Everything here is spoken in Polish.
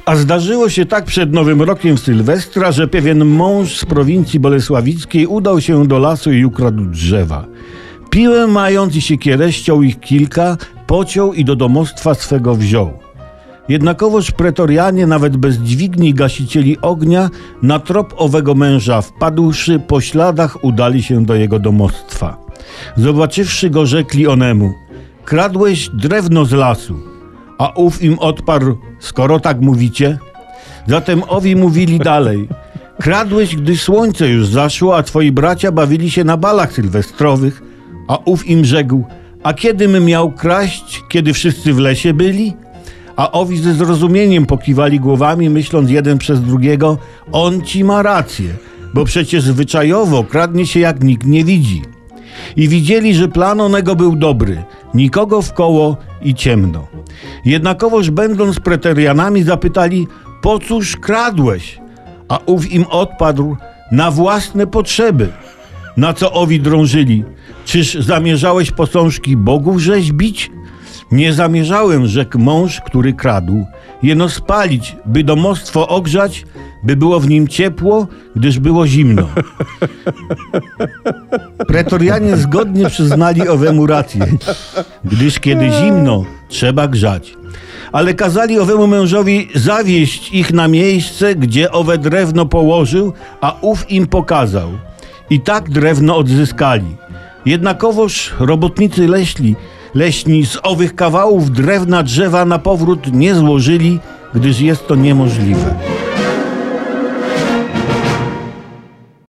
A zdarzyło się tak przed Nowym Rokiem w Sylwestra, że pewien mąż z prowincji bolesławickiej udał się do lasu i ukradł drzewa. Piłę mając i siekierę ściął ich kilka, pociął i do domostwa swego wziął. Jednakowoż pretorianie, nawet bez dźwigni gasicieli ognia, na trop owego męża wpadłszy, po śladach udali się do jego domostwa. Zobaczywszy go, rzekli onemu: kradłeś drewno z lasu. A ów im odparł: skoro tak mówicie. Zatem owi mówili dalej: kradłeś, gdy słońce już zaszło, a twoi bracia bawili się na balach sylwestrowych. A ów im rzekł: a kiedym miał kraść, kiedy wszyscy w lesie byli? A owi ze zrozumieniem pokiwali głowami, myśląc jeden przez drugiego: on ci ma rację, bo przecież zwyczajowo kradnie się jak nikt nie widzi. I widzieli, że plan onego był dobry, nikogo wkoło i ciemno. Jednakowoż będąc pretorianami zapytali: po cóż kradłeś? A ów im odpadł: na własne potrzeby. Na co owi drążyli: czyż zamierzałeś posążki bogów rzeźbić? Nie zamierzałem, rzekł mąż, który kradł, jeno spalić, by domostwo ogrzać, by było w nim ciepło, gdyż było zimno. Pretorianie zgodnie przyznali owemu rację, gdyż kiedy zimno, trzeba grzać. Ale kazali owemu mężowi zawieźć ich na miejsce, gdzie owe drewno położył, a ów im pokazał. I tak drewno odzyskali. Jednakowoż robotnicy leśni z owych kawałów drewna drzewa na powrót nie złożyli, gdyż jest to niemożliwe.